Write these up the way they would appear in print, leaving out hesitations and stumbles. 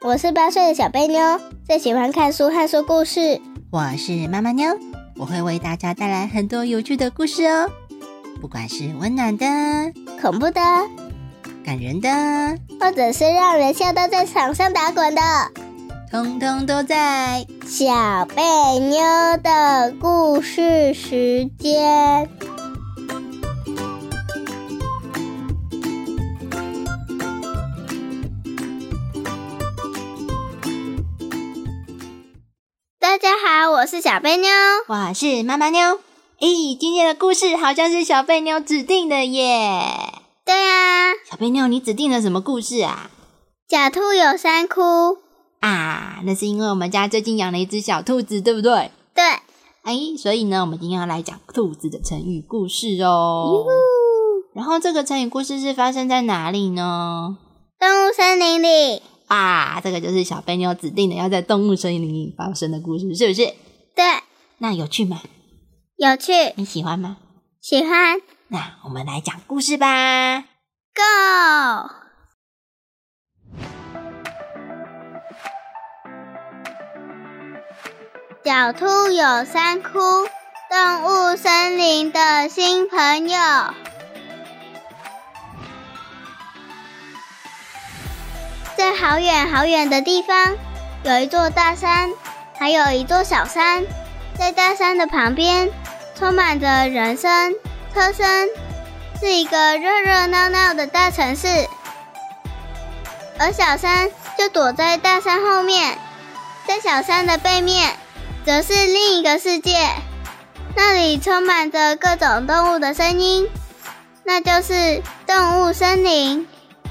我是8岁的小贝妞，最喜欢看书和说故事。 我是妈妈妞，我会为大家带来很多有趣的故事哦。不管是温暖的、 恐怖的、 感人的， 或者是让人笑到在场上打滚的， 通通都在小贝妞的故事时间。大家好，我是小贝妞， 我是妈妈妞。今天的故事好像是小贝妞指定的耶。 对啊， 小贝妞，你指定了什么故事啊？ 狡兔有三窟啊，那是因为我们家最近养了一只小兔子，对不对？ 对。 所以呢，我们今天要来讲兔子的成语故事哦。然后这个成语故事是发生在哪里呢？ 动物森林里。 这个就是小贝妞指定的要在动物森林里发生的故事，是不是？ 对。那有趣吗？ 有趣。 你喜欢吗？ 喜欢。 那我们来讲故事吧。 Go！ 狡兔有三窟，动物森林的新朋友。在好远好远的地方，有一座大山，还有一座小山。在大山的旁边，充满着人声、车声，是一个热热闹闹的大城市。而小山就躲在大山后面，在小山的背面，则是另一个世界，那里充满着各种动物的声音，那就是动物森林。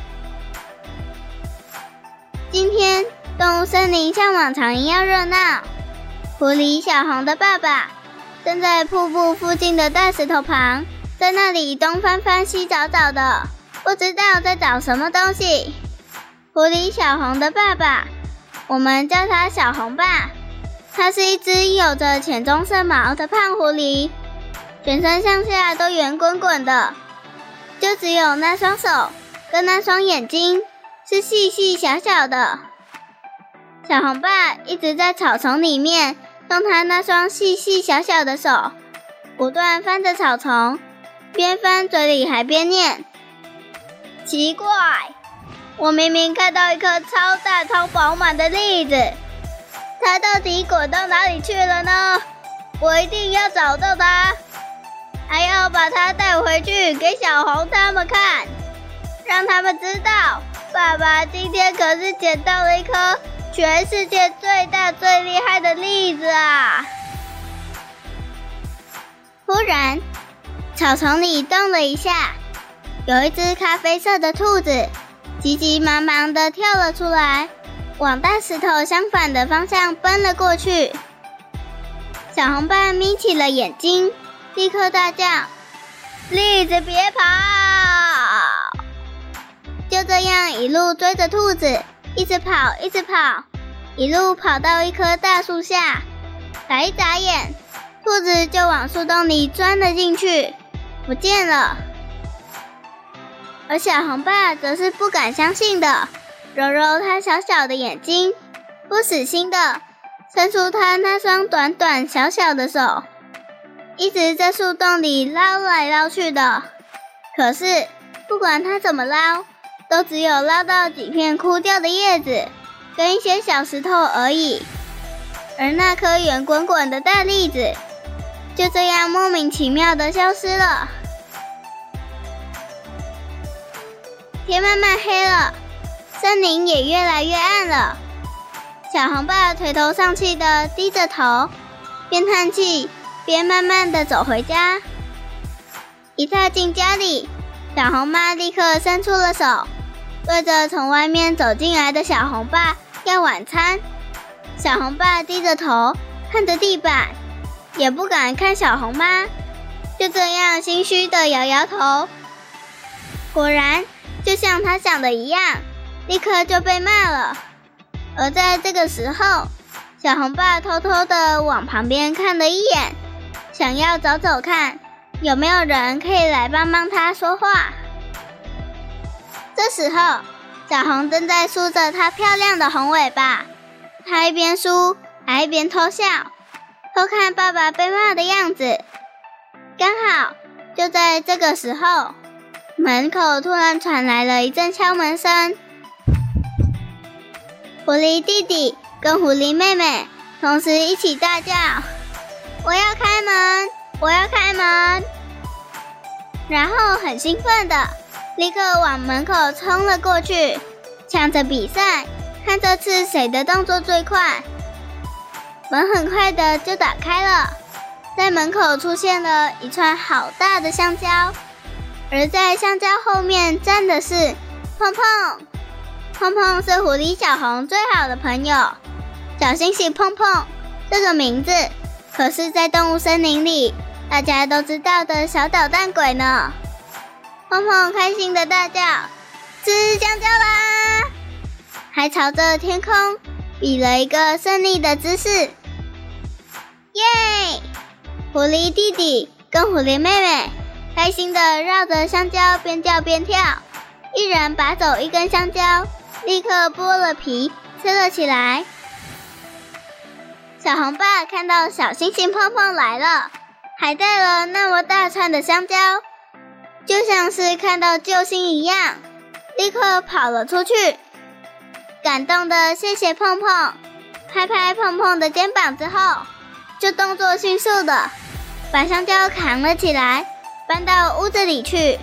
今天动物森林像往常一样热闹。狐狸小红的爸爸正在瀑布附近的大石头旁，在那里东翻翻西找找的，不知道在找什么东西。狐狸小红的爸爸，我们叫他小红爸，他是一只有着浅棕色毛的胖狐狸，全身上下都圆滚滚的，就只有那双手跟那双眼睛是细细小小的。小红爸一直在草丛里面用他那双细细小小的手不断翻着草丛，边翻嘴里还边念：奇怪，我明明看到一颗超大超饱满的栗子，它到底滚到哪里去了呢？我一定要找到它，还要把它带回去给小红他们看，让他们知道爸爸今天可是捡到了一颗全世界最大最厉害的栗子啊！忽然，草丛里动了一下，有一只咖啡色的兔子急急忙忙地跳了出来，往大石头相反的方向奔了过去。小红爸眯起了眼睛，立刻大叫：栗子别跑！就这样一路追着兔子，一直跑一直跑，一路跑到一棵大树下，眨一眨眼，兔子就往树洞里钻了进去，不见了。而小红爸则是不敢相信的，揉揉他小小的眼睛，不死心的伸出他那双短短小小的手，一直在树洞里捞来捞去的。可是不管他怎么捞，都只有捞到几片枯掉的叶子跟一些小石头而已，而那颗圆滚滚的大栗子就这样莫名其妙地消失了。天慢慢黑了，森林也越来越暗了。小红爸垂头丧气地低着头，边叹气边慢慢地走回家。一踏进家里，小红妈立刻伸出了手，对着从外面走进来的小红爸要晚餐。小红爸低着头看着地板，也不敢看小红妈，就这样心虚地摇摇头。果然就像他想的一样，立刻就被骂了。而在这个时候，小红爸偷偷地往旁边看了一眼，想要找找看有没有人可以来帮帮他说话。这时候， 小红正在梳着它漂亮的红尾巴，它一边梳还一边偷笑，偷看爸爸被骂的样子。刚好就在这个时候，门口突然传来了一阵敲门声。狐狸弟弟跟狐狸妹妹同时一起大叫：我要开门，我要开门！然后很兴奋的立刻往门口冲了过去，抢着比赛，看这次谁的动作最快。门很快的就打开了，在门口出现了一串好大的香蕉，而在香蕉后面站的是碰碰。碰碰是狐狸小红最好的朋友，小猩猩碰碰这个名字可是在动物森林里大家都知道的小捣蛋鬼呢。碰碰开心的大叫：吃香蕉啦！还朝着天空比了一个胜利的姿势。耶！狐狸弟弟跟狐狸妹妹开心的绕着香蕉边叫边跳，一人拔走一根香蕉，立刻剥了皮吃了起来。小红爸看到小猩猩碰碰来了，还带了那么大串的香蕉，就像是看到救星一样，立刻跑了出去，感动的谢谢碰碰，拍拍碰碰的肩膀之后，就动作迅速的把香蕉扛了起来，搬到屋子里去。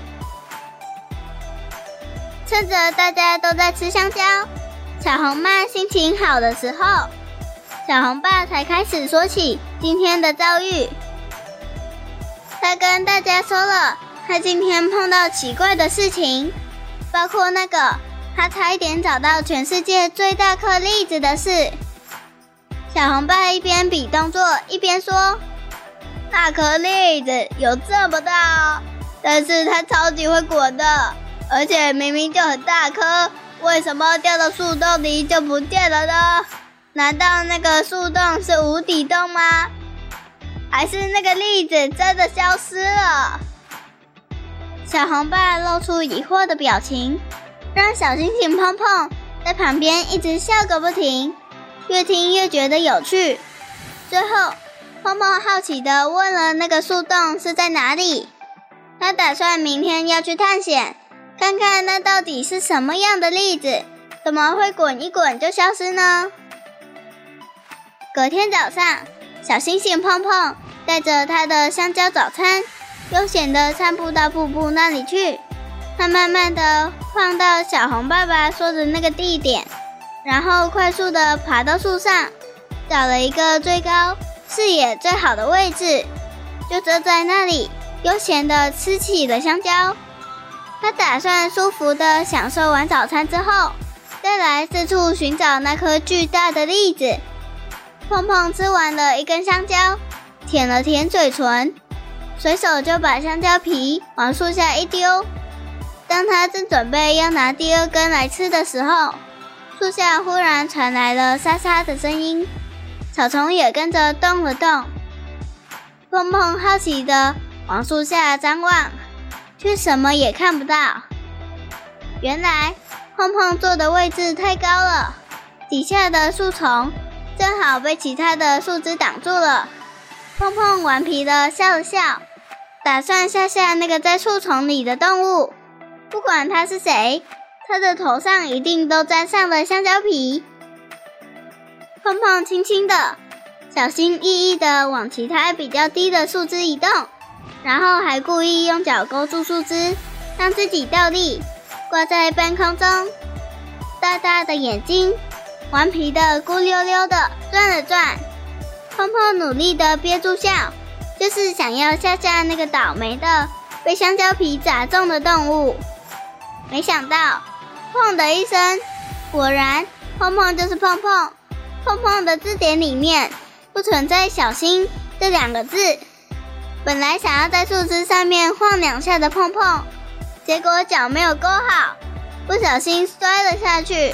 趁着大家都在吃香蕉，小红妈心情好的时候，小红爸才开始说起今天的遭遇。他跟大家说了他今天碰到奇怪的事情，包括那个他差一点找到全世界最大颗栗子的事。小红爸一边比动作一边说：那颗栗子有这么大，但是它超级会滚的，而且明明就很大颗，为什么掉到树洞里就不见了呢？难道那个树洞是无底洞吗？还是那个栗子真的消失了？小红爸露出疑惑的表情，让小猩猩碰碰在旁边一直笑个不停，越听越觉得有趣。最后碰碰好奇地问了那个树洞是在哪里，他打算明天要去探险，看看那到底是什么样的栗子，怎么会滚一滚就消失呢？隔天早上，小猩猩碰碰带着他的香蕉早餐，悠闲地散步到瀑布那里去。他慢慢地晃到小红爸爸说的那个地点，然后快速地爬到树上，找了一个最高视野最好的位置，就坐在那里悠闲地吃起了香蕉。他打算舒服地享受完早餐之后，再来四处寻找那颗巨大的栗子。碰碰吃完了一根香蕉，舔了舔嘴唇，随手就把香蕉皮往树下一丢。当他正准备要拿第二根来吃的时候，树下忽然传来了沙沙的声音，草丛也跟着动了动。碰碰好奇地往树下张望，却什么也看不到。原来碰碰坐的位置太高了，底下的树丛正好被其他的树枝挡住了。碰碰顽皮地笑了笑，打算吓吓那个在树丛里的动物。不管他是谁，他的头上一定都沾上了香蕉皮。碰碰轻轻地、小心翼翼地往其他比较低的树枝移动，然后还故意用脚勾住树枝，让自己倒立，挂在半空中。大大的眼睛顽皮的咕溜溜的转了转。碰碰努力的憋住笑，就是想要吓吓那个倒霉的被香蕉皮砸中的动物。没想到砰的一声，果然碰碰就是碰碰。碰碰的字典里面不存在小心这2个字。本来想要在树枝上面晃2下的碰碰，结果脚没有勾好，不小心摔了下去。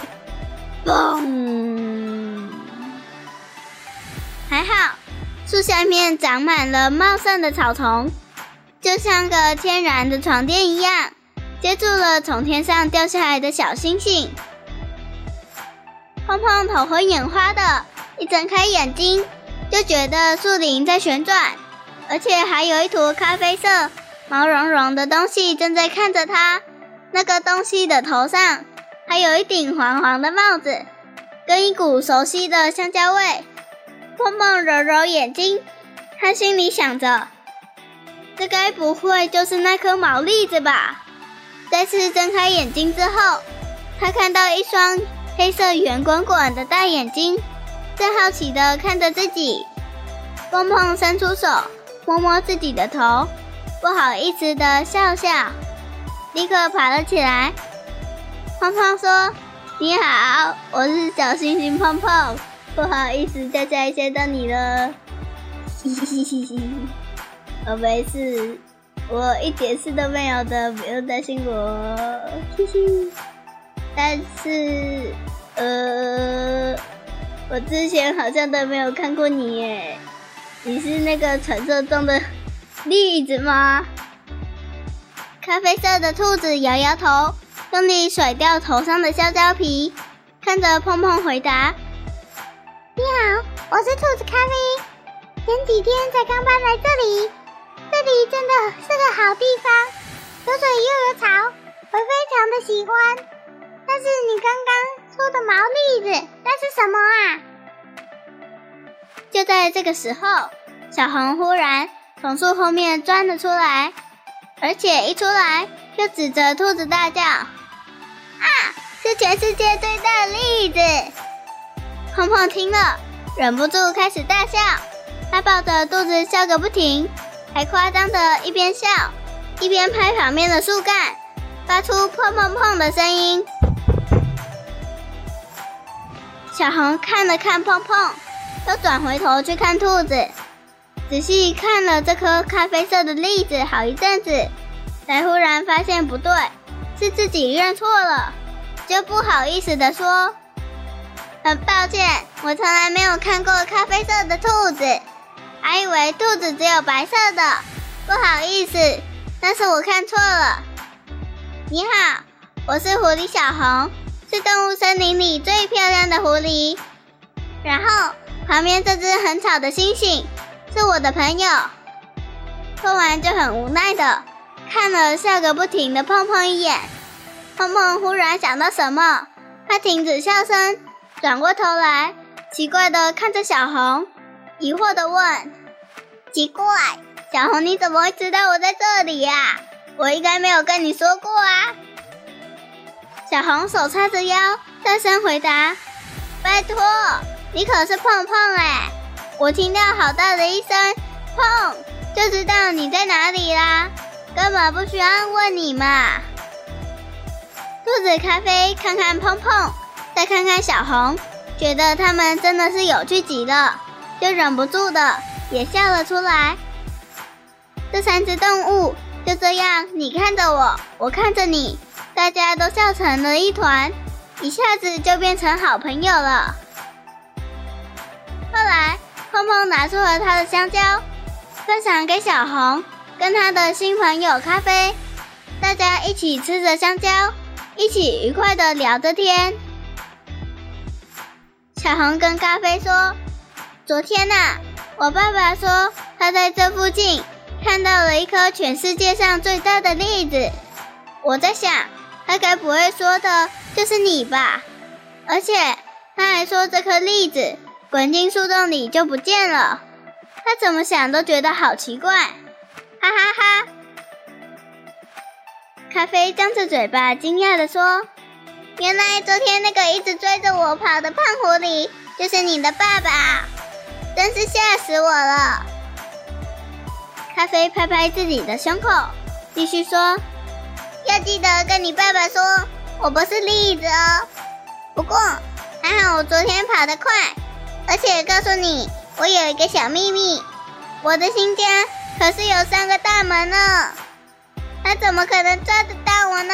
砰！还好树下面长满了茂盛的草丛，就像个天然的床垫一样， 接住了从天上掉下来的小星星。碰碰头昏眼花的，一睁开眼睛就觉得树林在旋转，而且还有一坨咖啡色毛茸茸的东西正在看着他。那个东西的头上还有一顶黄黄的帽子，跟一股熟悉的香蕉味。碰碰揉揉眼睛，他心里想着，这该不会就是那颗毛栗子吧？再次睁开眼睛之后，他看到一双黑色圆滚滚的大眼睛，正好奇地看着自己。碰碰伸出手摸摸自己的头，不好意思地笑笑，立刻爬了起来。碰碰说：“你好，我是小星星碰碰，不好意思在家里见到你了。”嘻嘻嘻嘻，我没事，我一点事都没有的，不用担心我。嘻嘻。但是，我之前好像都没有看过你耶。你是那个传说中的栗子吗？咖啡色的兔子摇摇头，用力甩掉头上的香蕉皮，看着碰碰回答：“你好，我是兔子咖啡。前几天才刚搬来这里，这里真的是个好地方，有水又有草，我非常的喜欢。但是你刚刚说的毛栗子，那是什么啊？”就在这个时候，小红忽然从树后面钻了出来，而且一出来就指着兔子大叫：“啊，是全世界最大的栗子！”碰碰听了，忍不住开始大笑，他抱着肚子笑个不停，还夸张的一边笑一边拍旁边的树干，发出砰砰砰的声音。小红看了看碰碰，又转回头去看兔子，仔细看了这颗咖啡色的栗子好一阵子，才忽然发现不对，是自己认错了，就不好意思地说：“很抱歉，我从来没有看过咖啡色的兔子，还以为兔子只有白色的，不好意思，但是我看错了。你好，我是狐狸小红，是动物森林里最漂亮的狐狸。然后旁边这只很吵的猩猩是我的朋友。”说完就很无奈的看了笑个不停的碰碰一眼。碰碰忽然想到什么，他停止笑声，转过头来，奇怪的看着小红，疑惑的问：“奇怪，小红你怎么会知道我在这里呀？我应该没有跟你说过啊。”小红手叉着腰，大声回答：“拜托，你可是碰碰哎！我听到好大的一声碰，就知道你在哪里啦，根本不需要问你嘛。”兔子咖啡看看碰碰，再看看小红，觉得他们真的是有趣极了，就忍不住的也笑了出来。这三只动物就这样，你看着我，我看着你，大家都笑成了一团，一下子就变成好朋友了。后来碰碰拿出了他的香蕉，分享给小红跟他的新朋友咖啡，大家一起吃着香蕉，一起愉快地聊着天。小红跟咖啡说：“昨天啊，我爸爸说他在这附近看到了一颗全世界上最大的栗子。我在想，他该不会说的就是你吧？而且他还说这颗栗子滚进树洞里就不见了，他怎么想都觉得好奇怪，哈哈哈。”咖啡张着嘴巴惊讶地说：“原来昨天那个一直追着我跑的胖狐狸就是你的爸爸，真是吓死我了。”咖啡拍拍自己的胸口，继续说：“要记得跟你爸爸说，我不是栗子哦。不过还好我昨天跑得快，而且告诉你，我有一个小秘密，我的新家可是有3个大门呢。他怎么可能抓得到我呢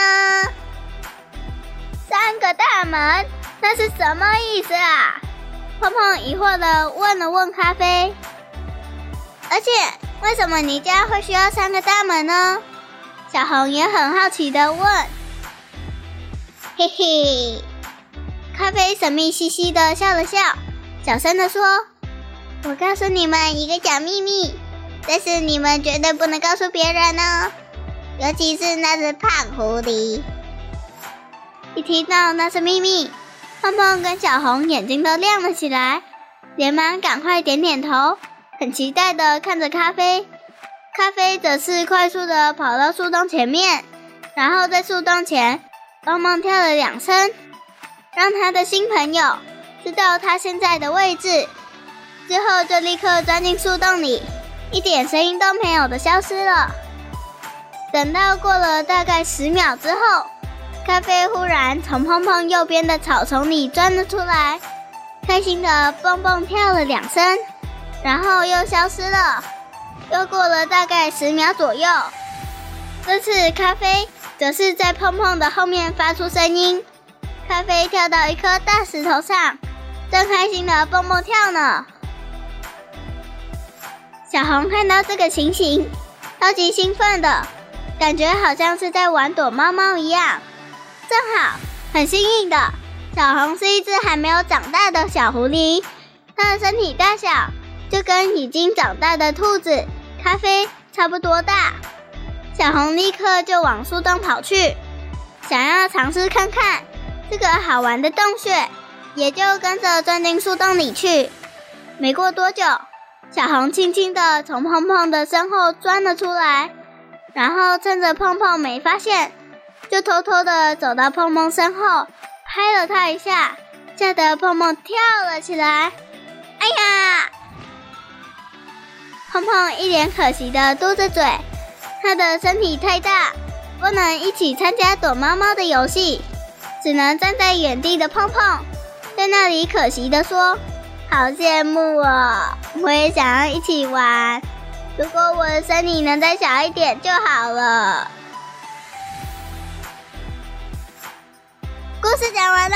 ？”3个大门，那是什么意思啊？碰碰疑惑地问了问咖啡。而且为什么你家会需要3个大门呢？ 小红也很好奇地问。嘿嘿，咖啡神秘兮兮地笑了笑，小声地说：我告诉你们一个小秘密，但是你们绝对不能告诉别人哦，尤其是那只胖狐狸。一听到那是秘密，胖胖跟小红眼睛都亮了起来，连忙赶快点点头，很期待地看着咖啡。咖啡则是快速地跑到树洞前面，然后在树洞前蹦蹦跳了2声，让他的新朋友知道他现在的位置，之后就立刻钻进树洞里，一点声音都没有的消失了。等到过了大概10秒之后，咖啡忽然从碰碰右边的草丛里钻了出来，开心地蹦蹦跳了2声，然后又消失了。又过了大概10秒左右，这次咖啡则是在碰碰的后面发出声音。咖啡跳到一颗大石头上，正开心地蹦蹦跳呢。小红看到这个情形，超级兴奋的，感觉好像是在玩躲猫猫一样。正好，很幸运的，小红是一只还没有长大的小狐狸，它的身体大小就跟已经长大的兔子咖啡差不多大。小红立刻就往树洞跑去，想要尝试看看这个好玩的洞穴，也就跟着钻进树洞里去。没过多久，小红轻轻地从碰碰的身后钻了出来，然后趁着碰碰没发现，就偷偷地走到碰碰身后，拍了他一下，吓得碰碰跳了起来。哎呀！碰碰一脸可惜地嘟着嘴，他的身体太大，不能一起参加躲猫猫的游戏，只能站在原地的碰碰，在那里可惜地说：好羡慕哦，我也想要一起玩，如果我的身体能再小一点就好了。故事讲完了。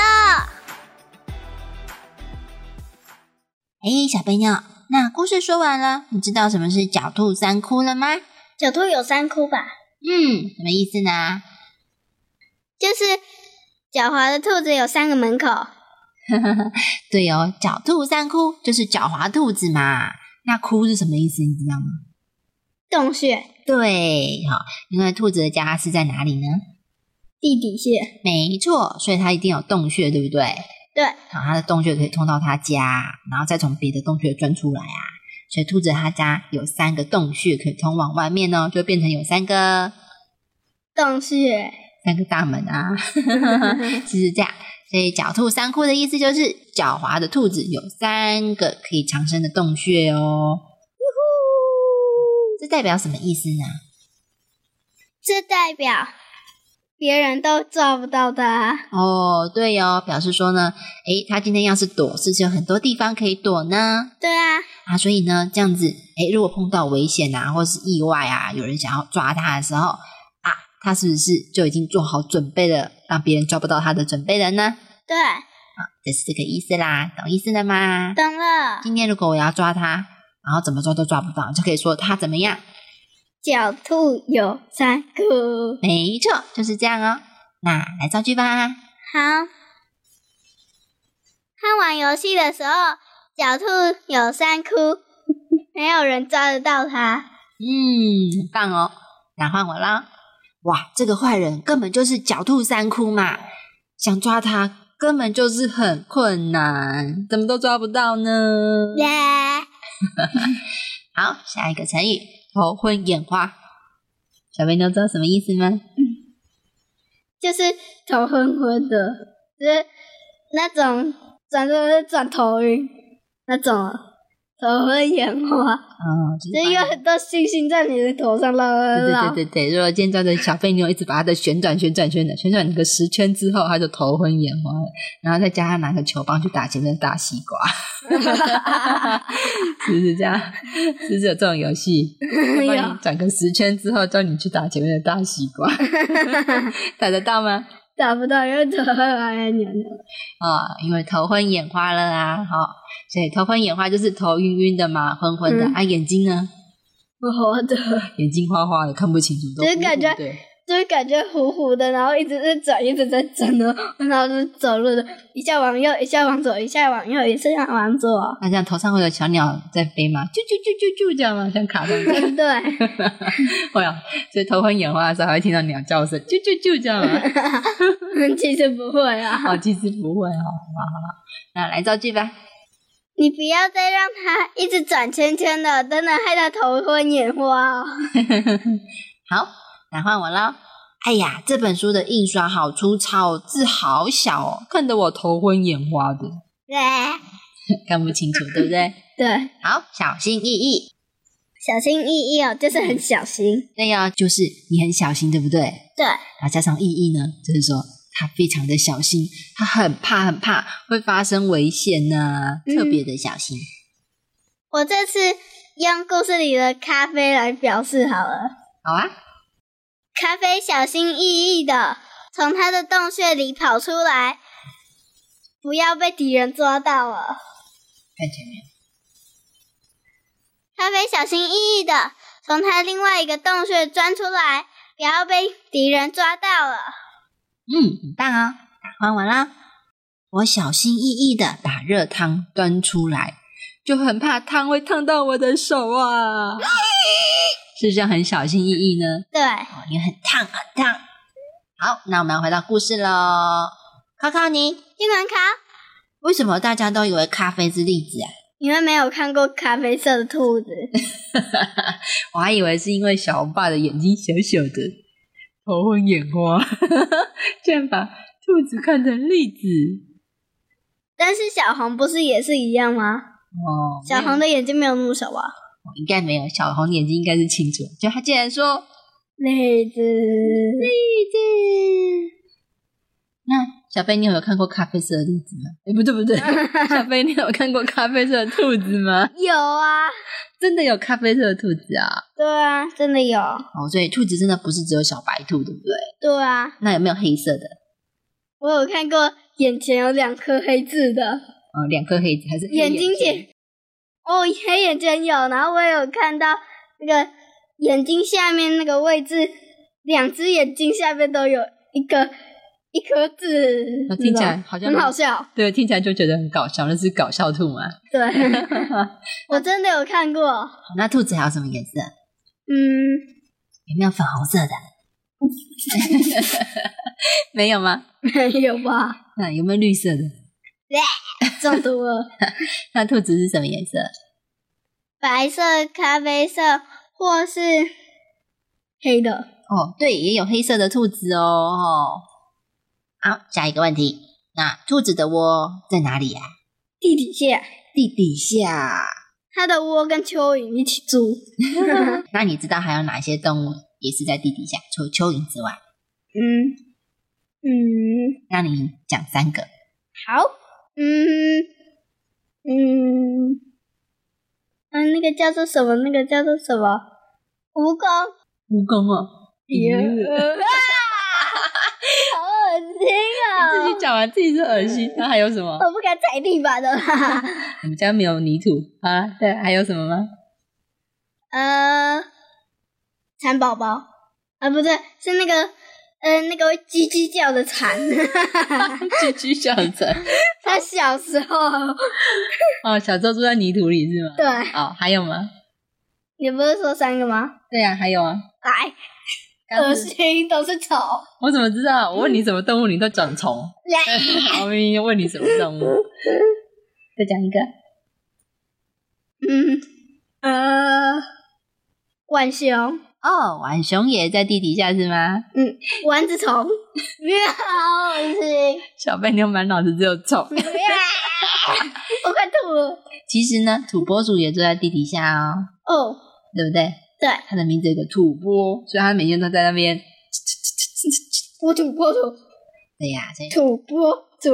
小朋友，那故事说完了，你知道什么是狡兔3窟了吗？ 狡兔有3窟吧？ 什么意思呢？ 就是狡猾的兔子有3个门口。 对哦，狡兔3窟就是狡猾兔子嘛。那窟是什么意思你知道吗？ 洞穴。 对，因为兔子的家是在哪里呢？ 地底下。 没错，所以它一定有洞穴，对不对？ 对。 它的洞穴可以通到它家，然后再从别的洞穴钻出来啊。所以兔子它家有3个洞穴可以通往外面哦，就变成有3个洞穴 ，3个大门啊。就是这样。所以狡兔3窟的意思就是狡猾的兔子有3个可以藏身的洞穴哦。这代表什么意思呢？ 这代表别人都抓不到他。 哦，对哦，表示说呢，他今天要是躲，是不是有很多地方可以躲呢？ 对啊。 所以呢，这样子，如果碰到危险啊，或是意外啊，有人想要抓他的时候啊，他是不是就已经做好准备了，让别人抓不到他的准备了呢？ 对。 就是这个意思啦，懂意思了吗？ 懂了。 今天如果我要抓他，然后怎么抓都抓不到，就可以说他怎么样？ 狡兔有3窟。 没错，就是这样哦。那来造句吧。 好。他玩游戏的时候，狡兔有3窟，没有人抓得到他。 很棒哦。那换我啦。哇，这个坏人根本就是狡兔3窟嘛，想抓他根本就是很困难，怎么都抓不到呢？好，下一个成语，头昏眼花。小朋友知道什么意思吗？ 就是头昏昏的，就是那种转头晕那种头昏眼花。就是有很多星星在你的头上绕。 对，如果今天抓着小飞牛一直把它的旋转个10圈之后，他就头昏眼花了，然后再加上拿个球棒去打前面的大西瓜。是不是这样？是不是有这种游戏？我帮你转个10圈之后，叫你去打前面的大西瓜。打得到吗？ 打不到，因为头昏眼花。 因为头昏眼花了啊。所以头昏眼花就是头晕晕的嘛，昏昏的。眼睛呢？ 我的眼睛花花的，看不清楚，都就是感觉糊糊的就是感觉糊糊的，然后一直在转，一直在转的，然后就走路的，一下往右，一下往左，一下往右，一下往左。 那这样头上会有小鸟在飞吗？啾啾啾啾啾这样吗？像卡通这样？ 对， 会啊，所以头昏眼花的时候还会听到鸟叫声，啾啾啾这样吗？ 其实不会啊。 哦，其实不会哦。好，那来造句吧。 你不要再让它一直转圈圈了，真的害它头昏眼花哦。 好，那换我咯。哎呀，这本书的印刷好粗糙，字好小哦，看得我头昏眼花的。 对， 看不清楚，对不对？ 对， 好，小心翼翼。 小心翼翼哦，就是很小心。 对呀，就是你很小心，对不对？ 对， 然后加上翼翼呢，就是说他非常的小心，他很怕会发生危险呢，特别的小心。 我这次用故事里的咖啡来表示好了。 好啊。 咖啡小心翼翼的从他的洞穴里跑出来，不要被敌人抓到了。 看前面。 咖啡小心翼翼的从他另外一个洞穴钻出来，不要被敌人抓到了。 很棒哦。换完啦。我小心翼翼的把热汤端出来，就很怕汤会烫到我的手啊。是不是很小心翼翼呢？ 对， 因为很烫。好，那我们要回到故事咯。考考你， 尽管考。 为什么大家都以为咖啡是栗子啊？ 你们没有看过咖啡色的兔子。 我还以为是因为小红爸的眼睛小小的，头昏眼花，这样把兔子看成栗子。 但是小红不是也是一样吗？小红的眼睛没有那么小吧？ 应该没有，小红眼睛应该是清楚。就他竟然说栗子。 那小贝，你有看过咖啡色的栗子吗？不对，小贝，你有看过咖啡色的兔子吗？ 有啊， 真的有咖啡色的兔子啊？ 对啊，真的有。 所以兔子真的不是只有小白兔，对不对？ 对啊。 那有没有黑色的？ 我有看过眼前有2颗黑痣的。 2颗黑痣还是黑眼睛前？黑眼圈有，然后我也有看到那个眼睛下面那个位置，2只眼睛下面都有一颗痣， 听起来好像很好笑。对， 听起来就觉得很搞笑，那是搞笑兔嘛？ 对，我真的有看过。 那兔子还有什么颜色？有没有粉红色的？没有吗？ 没有吧？ 那有没有绿色的？ 中毒了。 那兔子是什么颜色？ 白色、咖啡色，或是黑的。 对，也有黑色的兔子哦。好，下一个问题，那兔子的窝在哪里呀？ 地底下。 地底下。 它的窝跟蚯蚓一起住。 那你知道还有哪些动物也是在地底下，除了蚯蚓之外？那你讲3个。 好。那个叫做什么？蜈蚣。 蜈蚣哦。 好恶心啊！ 你自己讲完自己是恶心，那还有什么？ 我不敢踩地板的啦。 我们家没有泥土啊。对，还有什么吗？ 蚕宝宝不对，是那个会叽叽叫的蚕。 叽叽叫的蚕。 他小时候。 小时候住在泥土里是吗？ 对。 还有吗？ 你不是说3个吗？ 对啊，还有啊。 来，恶心，都是虫。我怎么知道？我问你什么动物，你都讲虫。我明明问你什么动物。再讲一个。 浣熊。 浣熊也在地底下是吗？ 丸子虫。好恶心。 小贝，你有满脑子只有虫。 我快吐了。 其实呢，土拨鼠也住在地底下哦。对不对？ 对。 它的名字有个土拨，所以它每天都在那边。 土拨鼠。 对呀， 土拨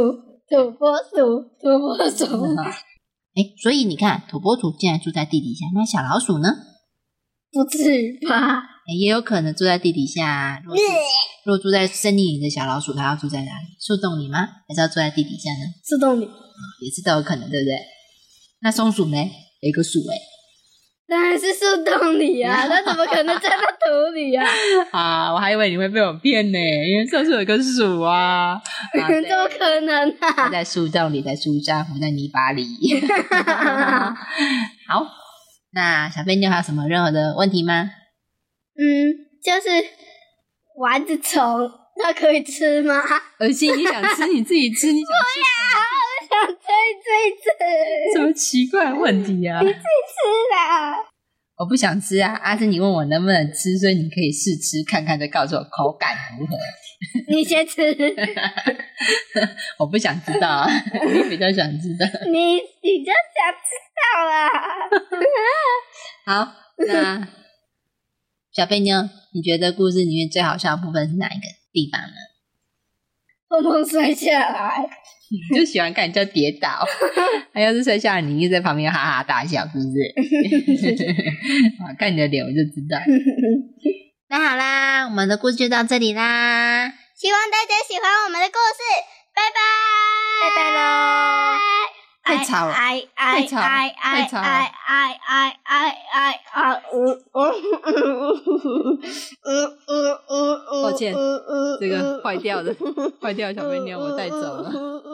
鼠。 所以你看，土拨鼠竟然住在地底下，那小老鼠呢？ 不至于吧？ 也有可能住在地底下。如果住在森林里的小老鼠，它要住在哪里？树洞里吗？还是要住在地底下呢？ 树洞里。 也是都有可能，对不对？那松鼠呢？有一个鼠当然是树洞里啊，它怎么可能站在土里啊？ 啊，我还以为你会被我骗呢，因为上次有一个鼠啊， 怎么可能啊？ 它在树洞里，在树上，活在泥巴里。好，那小飞妞还有什么任何的问题吗？ 就是丸子虫，它可以吃吗？ 恶心，你想吃你自己吃，你想吃？ 不要，我想吃一次。 什么奇怪的问题啊？ 你自己吃啦。 我不想吃啊，阿是你问我能不能吃，所以你可以试吃看看，再告诉我口感如何。 你先吃。 我不想知道啊，你比较想知道。 你就想知道啦。 好，那小飞妞，你觉得故事里面最好笑的部分是哪一个地方呢？ 碰碰摔下来。 你就喜欢看人家跌倒，还要是摔下来，你就在旁边哈哈大笑，是不是？看你的脸我就知道。那好啦，我们的故事就到这里啦， 希望大家喜欢我们的故事，拜拜，拜拜喽！ 太吵了，太吵了，太吵了！抱歉，这个坏掉的小飞妞我带走了。